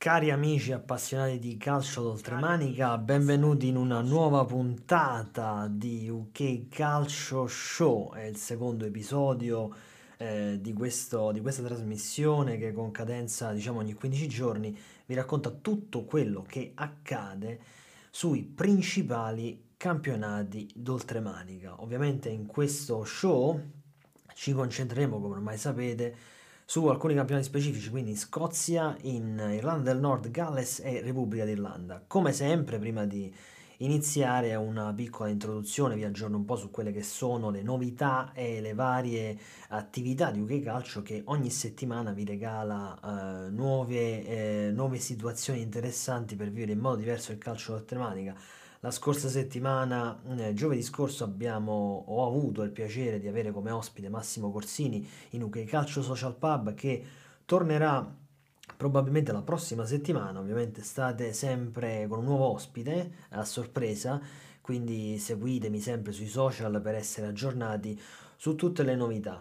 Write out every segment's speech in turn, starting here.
Cari amici appassionati di calcio d'oltremanica, benvenuti in una nuova puntata di UK Calcio Show. È il secondo episodio di questa trasmissione che con cadenza, diciamo, ogni 15 giorni vi racconta tutto quello che accade sui principali campionati d'oltremanica. Ovviamente in questo show ci concentreremo, come ormai sapete, su alcuni campionati specifici, quindi in Scozia, in Irlanda del Nord, Galles e Repubblica d'Irlanda. Come sempre, prima di iniziare una piccola introduzione, vi aggiorno un po' su quelle che sono le novità e le varie attività di UK Calcio che ogni settimana vi regala nuove situazioni interessanti per vivere in modo diverso il calcio d'oltremanica. La scorsa settimana, giovedì scorso, ho avuto il piacere di avere come ospite Massimo Corsini in UK Calcio Social Pub che tornerà probabilmente la prossima settimana. Ovviamente state sempre con un nuovo ospite a sorpresa, quindi seguitemi sempre sui social per essere aggiornati su tutte le novità.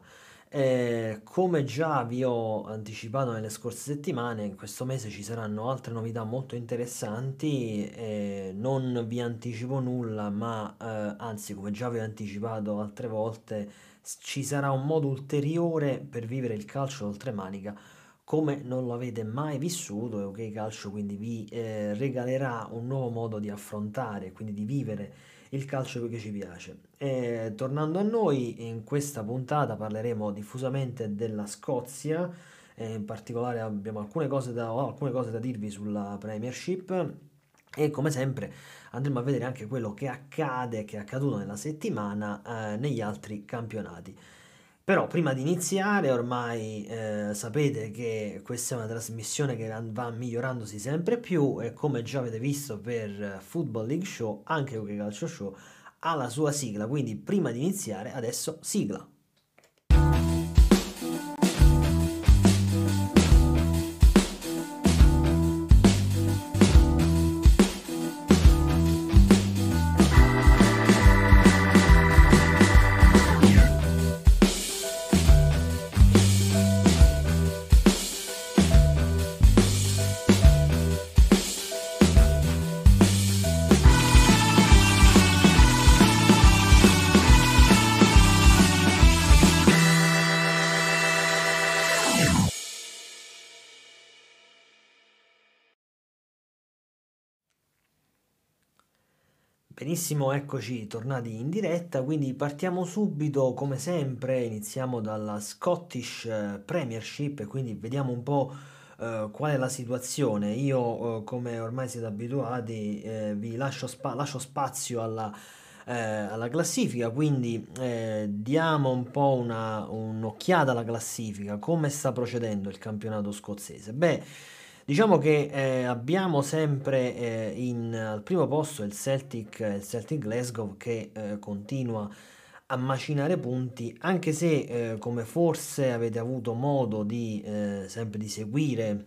Come già vi ho anticipato nelle scorse settimane, in questo mese ci saranno altre novità molto interessanti. Non vi anticipo nulla, ma anzi, come già vi ho anticipato altre volte, ci sarà un modo ulteriore per vivere il calcio d'oltremanica come non lo avete mai vissuto e OK Calcio quindi vi regalerà un nuovo modo di affrontare, quindi di vivere il calcio che ci piace. Tornando a noi, in questa puntata parleremo diffusamente della Scozia, in particolare ho alcune cose da dirvi sulla Premiership e come sempre andremo a vedere anche quello che è accaduto nella settimana negli altri campionati. Però prima di iniziare, ormai sapete che questa è una trasmissione che va migliorandosi sempre più e come già avete visto per Football League Show, anche UK Calcio Show ha la sua sigla, quindi prima di iniziare adesso sigla. Benissimo, eccoci tornati in diretta, quindi partiamo subito, come sempre, iniziamo dalla Scottish Premiership e quindi vediamo un po' qual è la situazione. Io, come ormai siete abituati, vi lascio spazio alla classifica, quindi diamo un po' un'occhiata alla classifica, come sta procedendo il campionato scozzese. Beh, diciamo che abbiamo sempre al primo posto il Celtic Glasgow che continua a macinare punti, anche se come forse avete avuto modo di sempre di seguire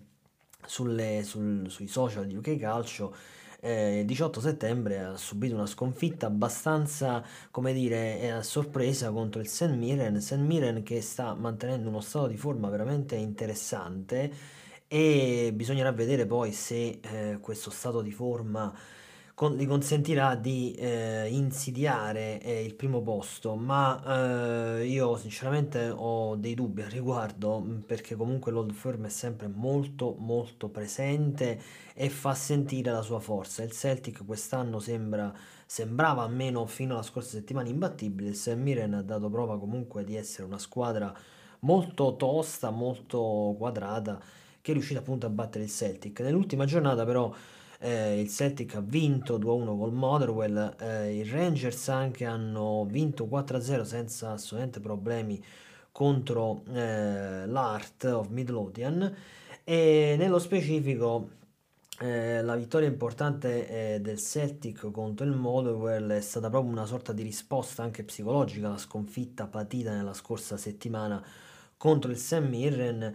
sui social di UK Calcio, il 18 settembre ha subito una sconfitta abbastanza, come dire, a sorpresa contro il St. Mirren che sta mantenendo uno stato di forma veramente interessante e bisognerà vedere poi se questo stato di forma gli consentirà di insidiare il primo posto, ma io sinceramente ho dei dubbi al riguardo perché comunque l'Old Firm è sempre molto molto presente e fa sentire la sua forza. Il Celtic quest'anno sembrava almeno fino alla scorsa settimana imbattibile, il St. Mirren ha dato prova comunque di essere una squadra molto tosta, molto quadrata che è riuscito appunto a battere il Celtic. Nell'ultima giornata però il Celtic ha vinto 2-1 col Motherwell, i Rangers anche hanno vinto 4-0 senza assolutamente problemi contro l'Heart of Midlothian e nello specifico la vittoria importante del Celtic contro il Motherwell è stata proprio una sorta di risposta anche psicologica alla sconfitta patita nella scorsa settimana contro il St. Mirren.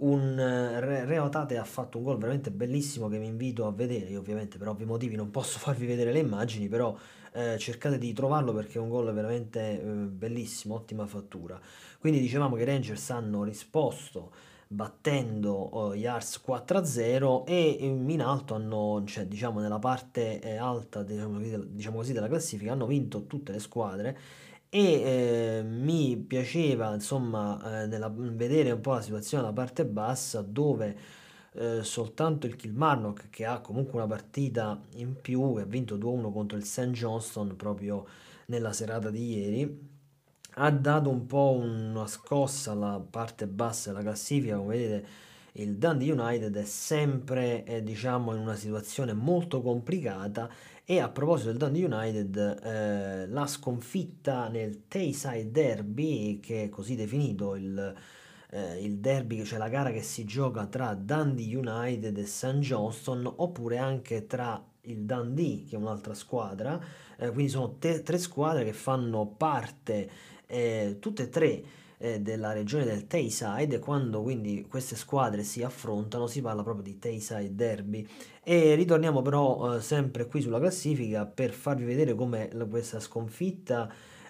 Reo Tate ha fatto un gol veramente bellissimo che vi invito a vedere. Io ovviamente per ovvi motivi non posso farvi vedere le immagini, però cercate di trovarlo perché è un gol veramente bellissimo, ottima fattura. Quindi dicevamo che i Rangers hanno risposto battendo gli Ars 4-0 e in alto hanno, cioè diciamo nella parte alta diciamo così, della classifica hanno vinto tutte le squadre e mi piaceva insomma vedere un po' la situazione alla parte bassa dove soltanto il Kilmarnock che ha comunque una partita in più e ha vinto 2-1 contro il St. Johnstone proprio nella serata di ieri ha dato un po' una scossa alla parte bassa della classifica, come vedete il Dundee United è sempre diciamo in una situazione molto complicata e a proposito del Dundee United la sconfitta nel Tayside Derby che è così definito il derby, cioè la gara che si gioca tra Dundee United e St. Johnstone oppure anche tra il Dundee che è un'altra squadra quindi sono tre squadre che fanno parte tutte e tre della regione del Tayside, e quando quindi queste squadre si affrontano si parla proprio di Tayside Derby. E ritorniamo però sempre qui sulla classifica per farvi vedere come questa sconfitta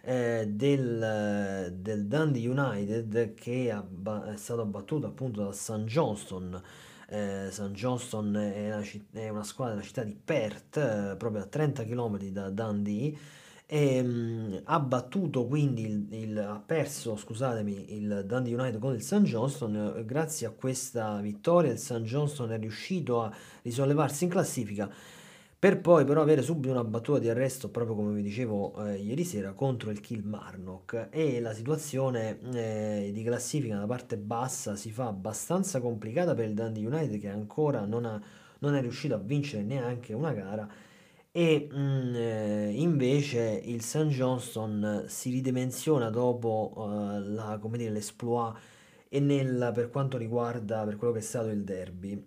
del Dundee United che è stato battuto appunto dal St. Johnston. St. Johnston è una squadra della città di Perth, proprio a 30 km da Dundee e ha battuto quindi ha perso, scusatemi, il Dundee United con il St. Johnston. Grazie a questa vittoria il St. Johnston è riuscito a risollevarsi in classifica per poi però avere subito una battuta di arresto, proprio come vi dicevo ieri sera, contro il Kilmarnock e la situazione di classifica nella parte bassa si fa abbastanza complicata per il Dundee United che ancora non è riuscito a vincere neanche una gara e invece il St. Johnston si ridimensiona dopo come dire, l'esploit e per quanto riguarda per quello che è stato il derby.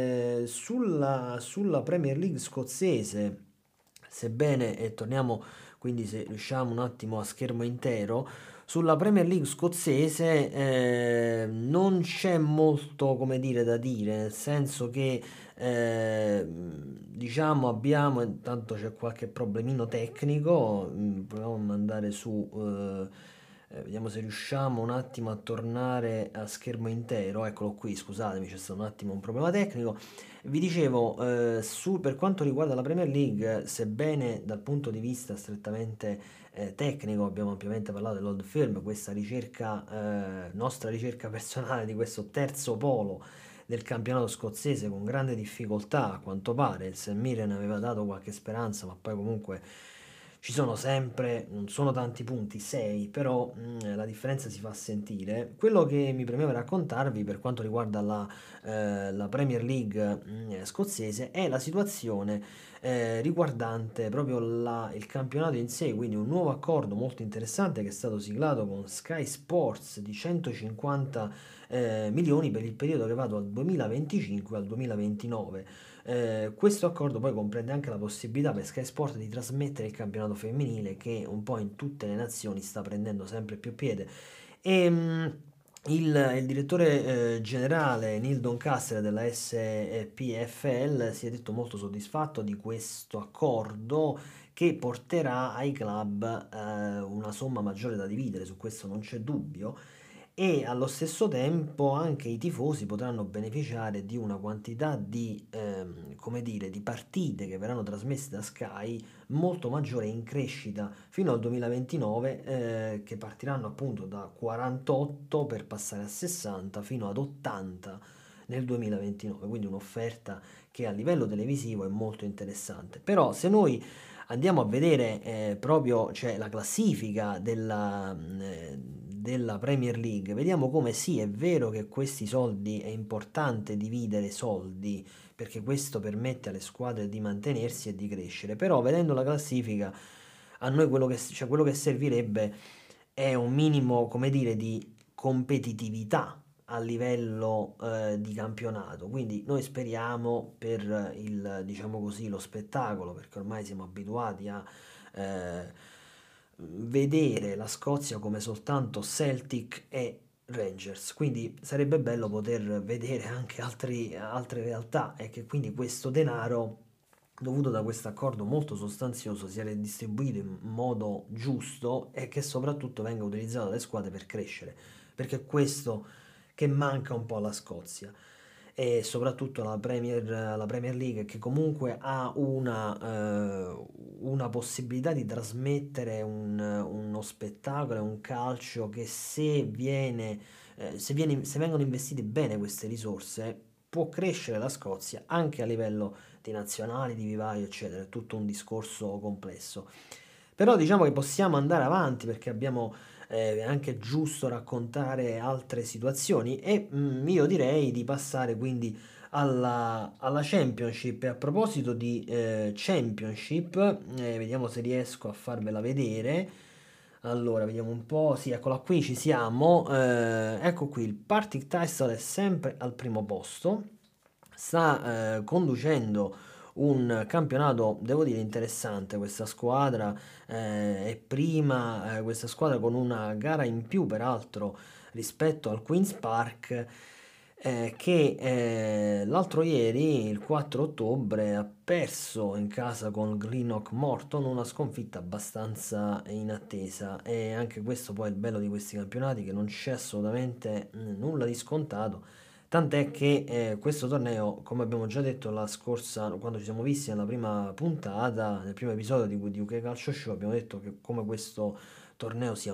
Sulla Premier League scozzese, sebbene, e torniamo quindi se riusciamo un attimo a schermo intero, sulla Premier League scozzese non c'è molto come dire da dire, nel senso che diciamo abbiamo, intanto c'è qualche problemino tecnico, proviamo a mandare su, vediamo se riusciamo un attimo a tornare a schermo intero, eccolo qui, scusatemi, c'è stato un attimo un problema tecnico. Vi dicevo, per quanto riguarda la Premier League, sebbene dal punto di vista strettamente tecnico, abbiamo ampiamente parlato dell'Old Firm, questa ricerca, nostra ricerca personale di questo terzo polo del campionato scozzese con grande difficoltà, a quanto pare. Il St. Mirren aveva dato qualche speranza, ma poi comunque ci sono sempre, non sono tanti punti, 6, però la differenza si fa sentire. Quello che mi premeva raccontarvi per quanto riguarda la Premier League scozzese è la situazione riguardante proprio il campionato in sé, quindi un nuovo accordo molto interessante che è stato siglato con Sky Sports di 150 milioni per il periodo che va dal 2025 al 2029. Questo accordo poi comprende anche la possibilità per Sky Sport di trasmettere il campionato femminile che un po' in tutte le nazioni sta prendendo sempre più piede. E, il direttore generale Neil Doncaster della SPFL si è detto molto soddisfatto di questo accordo che porterà ai club una somma maggiore da dividere, su questo non c'è dubbio, e allo stesso tempo anche i tifosi potranno beneficiare di una quantità come dire, di partite che verranno trasmesse da Sky molto maggiore in crescita fino al 2029 che partiranno appunto da 48 per passare a 60 fino ad 80 nel 2029, quindi un'offerta che a livello televisivo è molto interessante. Però se noi andiamo a vedere proprio cioè, la classifica della Premier League, vediamo come sì, è vero che questi soldi è importante dividere soldi perché questo permette alle squadre di mantenersi e di crescere, però vedendo la classifica a noi quello che servirebbe è un minimo, come dire, di competitività a livello di campionato. Quindi noi speriamo per diciamo così, lo spettacolo, perché ormai siamo abituati a vedere la Scozia come soltanto Celtic e Rangers. Quindi sarebbe bello poter vedere anche altre realtà e che quindi questo denaro dovuto da questo accordo molto sostanzioso sia redistribuito in modo giusto e che soprattutto venga utilizzato dalle squadre per crescere, perché è questo che manca un po' alla Scozia e soprattutto la Premier League, che comunque ha una possibilità di trasmettere uno spettacolo e un calcio che se vengono investite bene queste risorse, può crescere la Scozia anche a livello di nazionali, di vivaio, eccetera. È tutto un discorso complesso. Però diciamo che possiamo andare avanti perché abbiamo è anche giusto raccontare altre situazioni e io direi di passare quindi alla Championship. E a proposito di Championship, vediamo se riesco a farvela vedere. Allora, vediamo un po'. Sì, eccola qui, ci siamo. Ecco qui, il Partick Thistle è sempre al primo posto. Sta conducendo un campionato, devo dire, interessante. Questa squadra è prima, questa squadra con una gara in più, peraltro, rispetto al Queen's Park. Che l'altro ieri, il 4 ottobre, ha perso in casa con Greenock Morton, una sconfitta abbastanza inattesa. E anche questo poi è il bello di questi campionati, che non c'è assolutamente nulla di scontato. Tant'è che questo torneo, come abbiamo già detto la scorsa, quando ci siamo visti nella prima puntata, nel primo episodio di UK Calcio Show, abbiamo detto che come questo torneo sia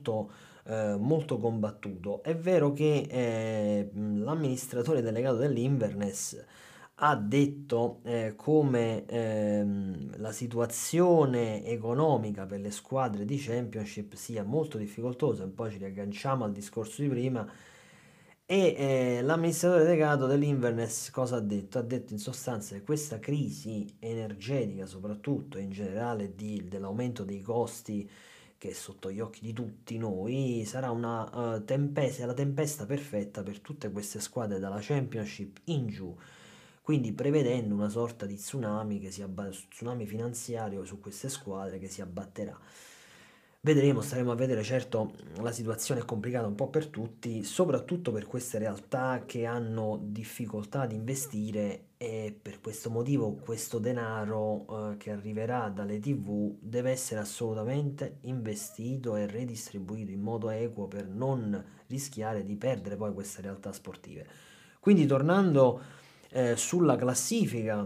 molto combattuto. È vero che l'amministratore delegato dell'Inverness ha detto come la situazione economica per le squadre di Championship sia molto difficoltosa, e poi ci riagganciamo al discorso di prima. E l'amministratore delegato dell'Inverness cosa ha detto? Ha detto in sostanza che questa crisi energetica, soprattutto in generale dell'aumento dei costi che è sotto gli occhi di tutti noi, sarà una tempesta, la tempesta perfetta per tutte queste squadre dalla Championship in giù, quindi prevedendo una sorta di tsunami, tsunami finanziario su queste squadre che si abbatterà. Vedremo, staremo a vedere, certo la situazione è complicata un po' per tutti, soprattutto per queste realtà che hanno difficoltà ad investire e per questo motivo questo denaro che arriverà dalle TV deve essere assolutamente investito e redistribuito in modo equo per non rischiare di perdere poi queste realtà sportive. Quindi tornando sulla classifica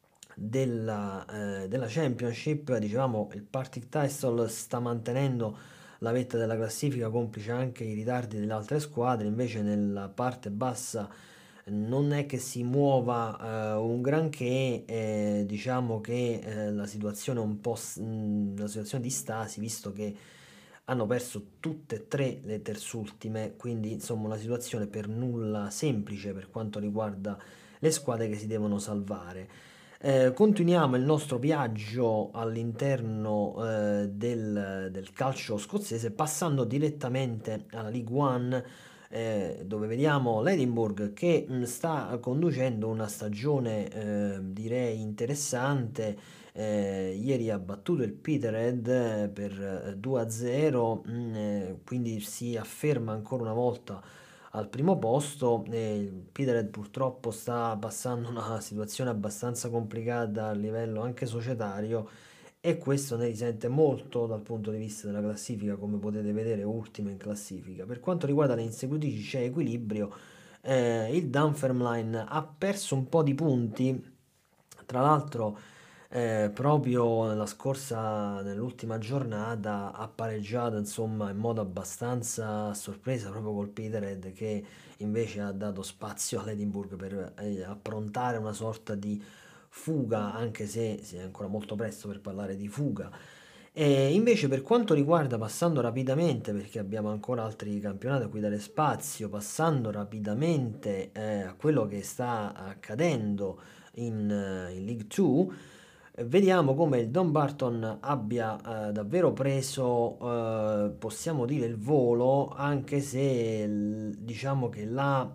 della Championship, dicevamo il Partick Thistle sta mantenendo la vetta della classifica, complice anche i ritardi delle altre squadre, invece nella parte bassa non è che si muova un granché, diciamo che la situazione è un po' una situazione di stasi, visto che hanno perso tutte e tre le terzultime, quindi insomma una situazione per nulla semplice per quanto riguarda le squadre che si devono salvare. Continuiamo il nostro viaggio all'interno del calcio scozzese, passando direttamente alla League One, dove vediamo l'Edinburgh che sta conducendo una stagione direi interessante. Ieri ha battuto il Peterhead per 2-0, quindi si afferma ancora una volta al primo posto. Il Peterhead purtroppo sta passando una situazione abbastanza complicata a livello anche societario e questo ne risente molto dal punto di vista della classifica, come potete vedere, ultimo in classifica. Per quanto riguarda le inseguitrici c'è equilibrio, il Dunfermline ha perso un po' di punti, tra l'altro proprio nell'ultima giornata ha pareggiato insomma in modo abbastanza a sorpresa proprio col Peterhead, che invece ha dato spazio all'Edinburgh per approntare una sorta di fuga, anche se è ancora molto presto per parlare di fuga. E invece per quanto riguarda, passando rapidamente, perché abbiamo ancora altri campionati a cui dare spazio, passando rapidamente a quello che sta accadendo in League 2, vediamo come il Dumbarton abbia davvero preso, possiamo dire, il volo, anche se diciamo che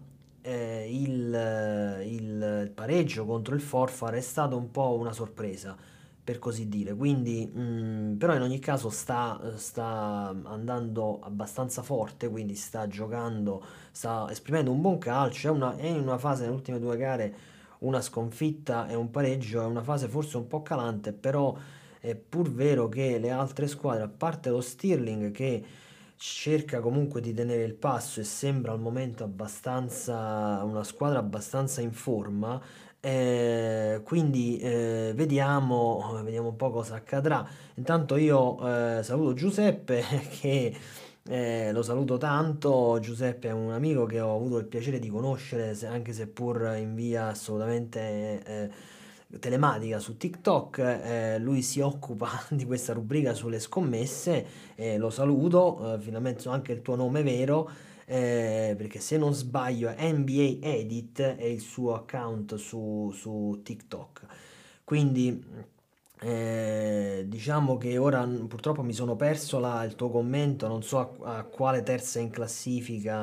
il pareggio contro il Forfar è stato un po' una sorpresa, per così dire. Quindi, però in ogni caso sta andando abbastanza forte, quindi sta giocando, sta esprimendo un buon calcio. È in una fase, nelle ultime due gare, una sconfitta e un pareggio, è una fase forse un po' calante, però è pur vero che le altre squadre, a parte lo Stirling che cerca comunque di tenere il passo e sembra al momento abbastanza una squadra abbastanza in forma. Quindi vediamo un po' cosa accadrà. Intanto io saluto Giuseppe che lo saluto tanto. Giuseppe è un amico che ho avuto il piacere di conoscere, anche seppur in via assolutamente telematica su TikTok. Lui si occupa di questa rubrica sulle scommesse. Lo saluto, finalmente so anche il tuo nome vero. Perché se non sbaglio è NBA Edit è il suo account su TikTok. Quindi diciamo che ora purtroppo mi sono perso il tuo commento, non so a quale terza in classifica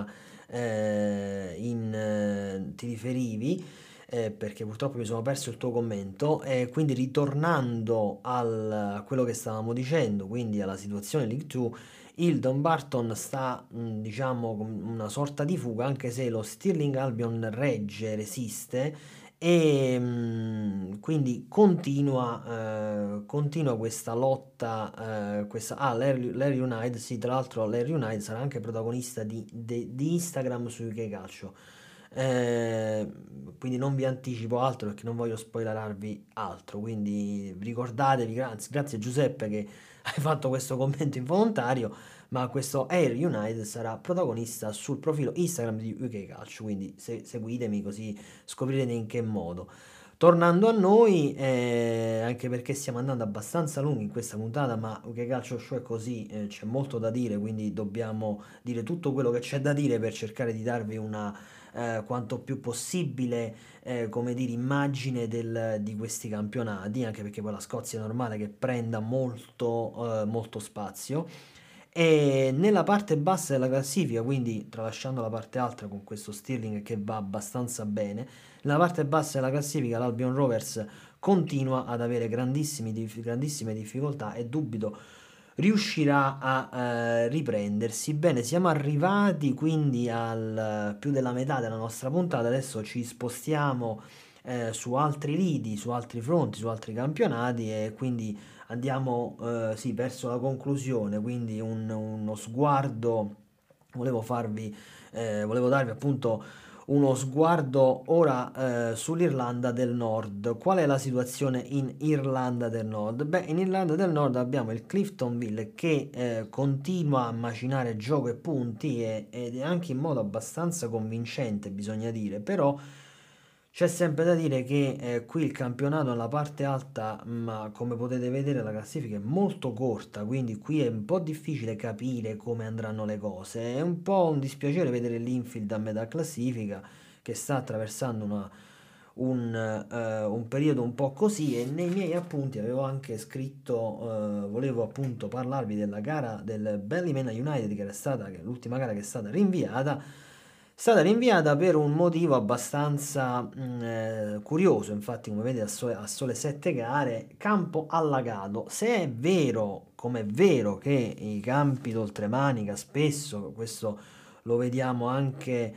ti riferivi, perché purtroppo mi sono perso il tuo commento. E quindi ritornando a quello che stavamo dicendo, quindi alla situazione League 2, il Dumbarton sta, diciamo, con una sorta di fuga, anche se lo Stirling Albion resiste e quindi continua questa lotta. Larry United, sì, tra l'altro Larry United sarà anche protagonista di Instagram su UK Calcio. Eh, quindi non vi anticipo altro perché non voglio spoilerarvi altro. Quindi ricordatevi, grazie Giuseppe che hai fatto questo commento involontario, ma questo Air United sarà protagonista sul profilo Instagram di UK Calcio, quindi seguitemi così scoprirete in che modo. Tornando a noi, anche perché stiamo andando abbastanza lunghi in questa puntata, ma UK Calcio Show è così, c'è molto da dire, quindi dobbiamo dire tutto quello che c'è da dire per cercare di darvi una quanto più possibile, come dire, immagine di questi campionati, anche perché poi la Scozia è normale che prenda molto spazio. E nella parte bassa della classifica, quindi tralasciando la parte alta con questo Stirling che va abbastanza bene, nella parte bassa della classifica l'Albion Rovers continua ad avere grandissime difficoltà e dubito riuscirà a riprendersi. Bene, siamo arrivati quindi al più della metà della nostra puntata, adesso ci spostiamo su altri lidi, su altri fronti, su altri campionati e quindi andiamo sì, verso la conclusione, quindi uno sguardo, volevo darvi appunto uno sguardo ora sull'Irlanda del Nord. Qual è la situazione in Irlanda del Nord? Beh, in Irlanda del Nord abbiamo il Cliftonville che continua a macinare gioco e punti ed è anche in modo abbastanza convincente, bisogna dire, però c'è sempre da dire che qui il campionato nella parte alta, ma come potete vedere la classifica è molto corta, quindi qui è un po' difficile capire come andranno le cose. È un po' un dispiacere vedere l'Infield a metà classifica che sta attraversando un periodo un po' così e nei miei appunti avevo anche scritto, volevo appunto parlarvi della gara del Ballymena United che è l'ultima gara che è stata rinviata per un motivo abbastanza curioso. Infatti come vedete a sole 7 gare, campo allagato. Se è vero, come è vero che i campi d'oltremanica spesso, questo lo vediamo anche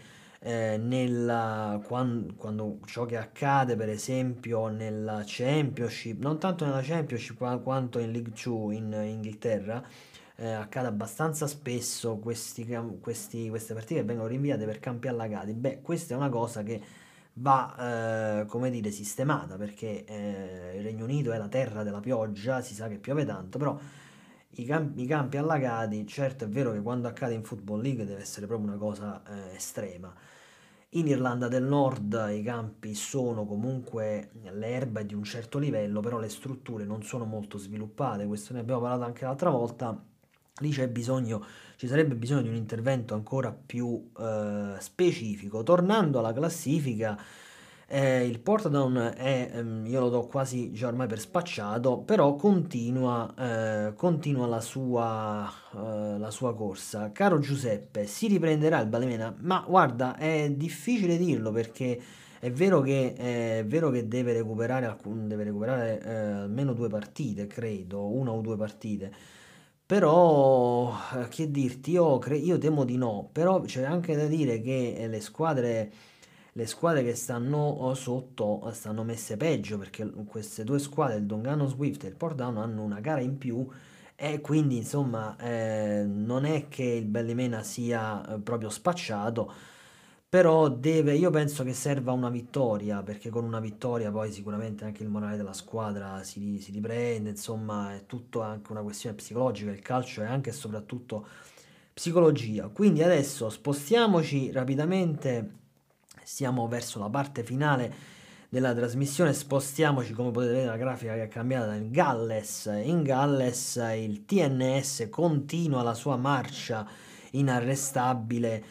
quando ciò che accade per esempio nella Championship, non tanto nella Championship quanto in League 2 in Inghilterra, accade abbastanza spesso queste partite che vengono rinviate per campi allagati. Beh, questa è una cosa che va, come dire, sistemata perché il Regno Unito è la terra della pioggia, si sa che piove tanto, però i campi allagati, certo è vero che quando accade in Football League deve essere proprio una cosa estrema. In Irlanda del Nord i campi sono comunque, l'erba è di un certo livello, però le strutture non sono molto sviluppate, questo ne abbiamo parlato anche l'altra volta. Lì ci sarebbe bisogno di un intervento ancora più specifico. Tornando alla classifica, il Portadown io lo do quasi già ormai per spacciato, però continua la sua corsa. Caro Giuseppe, si riprenderà il Balemena? Ma guarda, è difficile dirlo perché è vero che deve recuperare almeno due partite, credo, una o due partite. Però, che dirti, io temo di no, però c'è anche da dire che le squadre che stanno sotto stanno messe peggio perché queste due squadre, il Dongano Swift e il Portdown, hanno una gara in più E quindi insomma non è che il Bellimena sia proprio spacciato, però io penso che serva una vittoria, perché con una vittoria poi sicuramente anche il morale della squadra si riprende, insomma è tutto anche una questione psicologica, il calcio è anche e soprattutto psicologia. Quindi adesso spostiamoci rapidamente, siamo verso la parte finale della trasmissione, spostiamoci, come potete vedere la grafica che è cambiata in Galles. In Galles il TNS continua la sua marcia inarrestabile,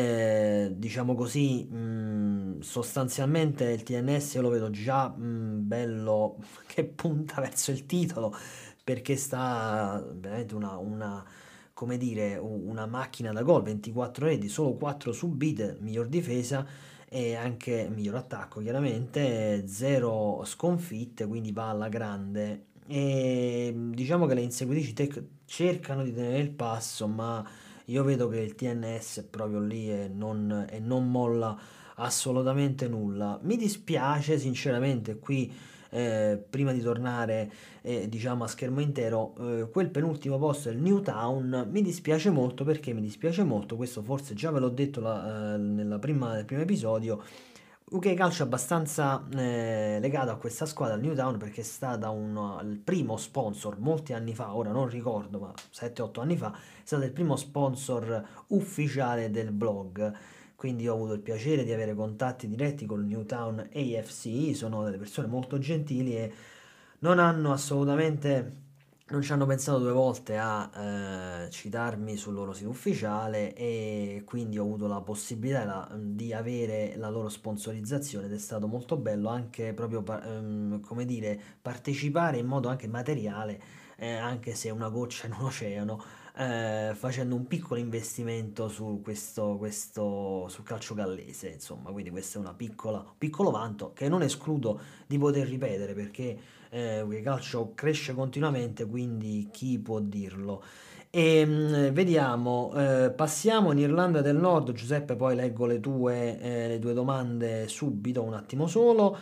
diciamo così, sostanzialmente il TNS io lo vedo già bello che punta verso il titolo, perché sta veramente come dire, una macchina da gol, 24 reti, solo 4 subite, miglior difesa e anche miglior attacco, chiaramente, 0 sconfitte, quindi va alla grande. E diciamo che le inseguitrici cercano di tenere il passo, ma io vedo che il TNS è proprio lì e non molla assolutamente nulla. Mi dispiace sinceramente qui, prima di tornare diciamo a schermo intero, quel penultimo posto del Newtown mi dispiace molto. Perché mi dispiace molto? Questo forse già ve l'ho detto nel primo episodio. UK Calcio è abbastanza legato a questa squadra, al Newtown, perché è stata il primo sponsor molti anni fa, ora non ricordo, ma 7-8 anni fa, è stato il primo sponsor ufficiale del blog. Quindi ho avuto il piacere di avere contatti diretti con il Newtown AFC, sono delle persone molto gentili e non hanno assolutamente, non ci hanno pensato due volte a citarmi sul loro sito ufficiale, e quindi ho avuto la possibilità di avere la loro sponsorizzazione ed è stato molto bello anche proprio, come dire, partecipare in modo anche materiale, anche se una goccia in un oceano, facendo un piccolo investimento su sul calcio gallese, insomma, quindi questo è un piccolo vanto che non escludo di poter ripetere, perché il calcio cresce continuamente, quindi chi può dirlo? Vediamo, passiamo in Irlanda del Nord. Giuseppe, poi leggo le tue domande subito, un attimo solo.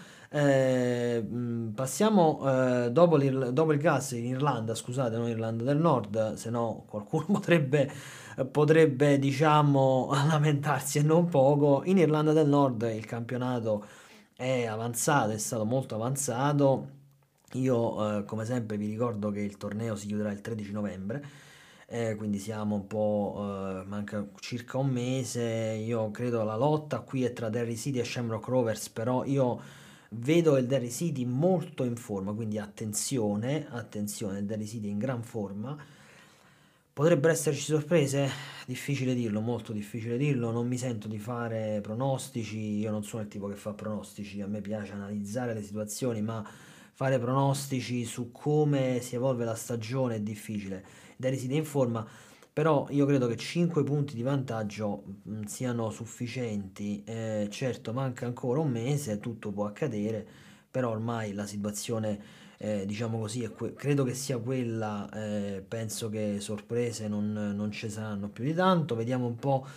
Passiamo dopo il gas in Irlanda, scusate, non Irlanda del Nord, se no qualcuno potrebbe, diciamo, lamentarsi e non poco. In Irlanda del Nord il campionato è avanzato, è stato molto avanzato. Io, come sempre, vi ricordo che il torneo si chiuderà il 13 novembre, quindi siamo un po', manca circa un mese. Io credo la lotta qui è tra Derry City e Shamrock Rovers, però io vedo il Derry City molto in forma, quindi attenzione, attenzione, il Derry City è in gran forma. Potrebbero esserci sorprese? Difficile dirlo, molto difficile dirlo, non mi sento di fare pronostici, io non sono il tipo che fa pronostici, a me piace analizzare le situazioni, ma fare pronostici su come si evolve la stagione è difficile. Dare si in forma, però io credo che 5 punti di vantaggio siano sufficienti. Certo, manca ancora un mese, tutto può accadere, però ormai la situazione, diciamo così, credo che sia quella. Penso che sorprese non ci saranno più di tanto. Vediamo un po'.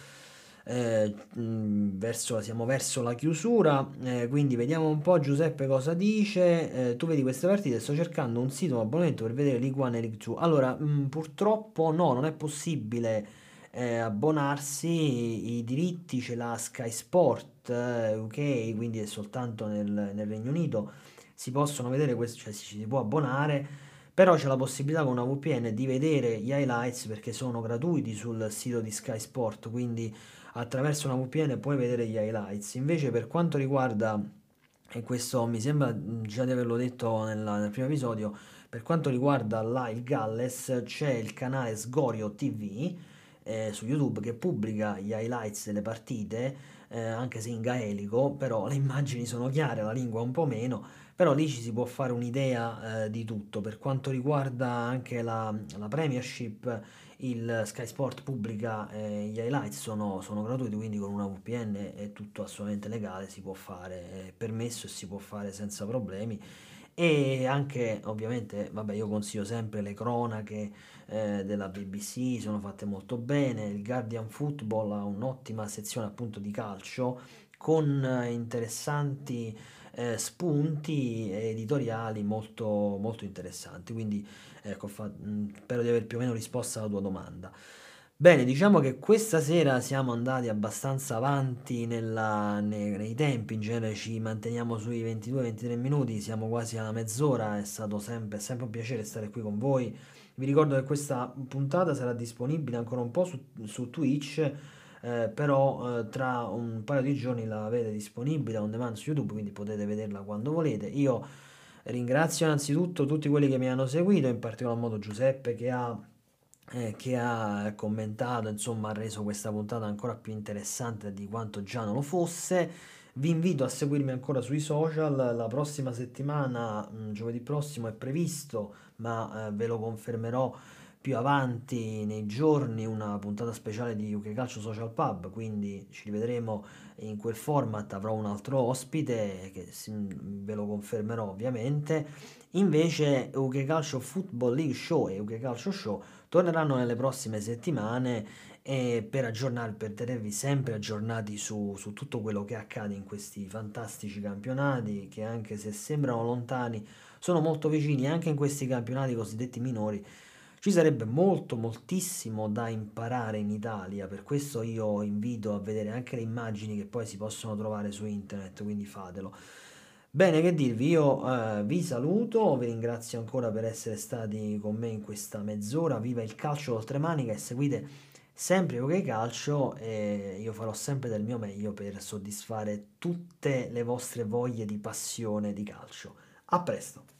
Siamo verso la chiusura, quindi vediamo un po' Giuseppe cosa dice. Tu vedi queste partite? Sto cercando un sito, un abbonamento per vedere League One e League 2. Allora, purtroppo no, non è possibile abbonarsi. I diritti ce l'ha Sky Sport UK, quindi è soltanto nel Regno Unito si possono vedere questo, cioè ci si può abbonare, però c'è la possibilità con una VPN di vedere gli highlights, perché sono gratuiti sul sito di Sky Sport, quindi attraverso una VPN puoi vedere gli highlights. Invece per quanto riguarda, e questo mi sembra già di averlo detto nel primo episodio, per quanto riguarda il Galles, c'è il canale Sgorio TV su YouTube che pubblica gli highlights delle partite, anche se in gaelico, però le immagini sono chiare, la lingua un po' meno, però lì ci si può fare un'idea di tutto. Per quanto riguarda anche la Premiership, il Sky Sport pubblica gli highlights, sono gratuiti, quindi con una VPN è tutto assolutamente legale, si può fare, è permesso e si può fare senza problemi. E anche ovviamente, vabbè, io consiglio sempre le cronache della BBC, sono fatte molto bene. Il Guardian Football ha un'ottima sezione appunto di calcio con interessanti spunti editoriali molto, molto interessanti. Quindi ecco, spero di aver più o meno risposto alla tua domanda. Bene, diciamo che questa sera siamo andati abbastanza avanti nei tempi, in genere ci manteniamo sui 22-23 minuti, siamo quasi alla mezz'ora, è stato sempre un piacere stare qui con voi. Vi ricordo che questa puntata sarà disponibile ancora un po' su Twitch, però tra un paio di giorni la avete disponibile on demand su YouTube, quindi potete vederla quando volete. Io ringrazio innanzitutto tutti quelli che mi hanno seguito, in particolar modo Giuseppe che ha commentato, insomma, ha reso questa puntata ancora più interessante di quanto già non lo fosse. Vi invito a seguirmi ancora sui social. La prossima settimana, giovedì prossimo, è previsto, ma ve lo confermerò più avanti nei giorni, una puntata speciale di UK Calcio Social Pub. Quindi ci rivedremo in quel format. Avrò un altro ospite che ve lo confermerò ovviamente. Invece, UK Calcio Football League Show e UK Calcio Show torneranno nelle prossime settimane e per tenervi sempre aggiornati su tutto quello che accade in questi fantastici campionati che, anche se sembrano lontani, sono molto vicini. Anche in questi campionati cosiddetti minori ci sarebbe moltissimo da imparare in Italia. Per questo io invito a vedere anche le immagini che poi si possono trovare su internet, quindi fatelo. Bene, che dirvi, io vi saluto, vi ringrazio ancora per essere stati con me in questa mezz'ora. Viva il calcio oltremanica e seguite sempre OK Calcio, e io farò sempre del mio meglio per soddisfare tutte le vostre voglie di passione di calcio. A presto!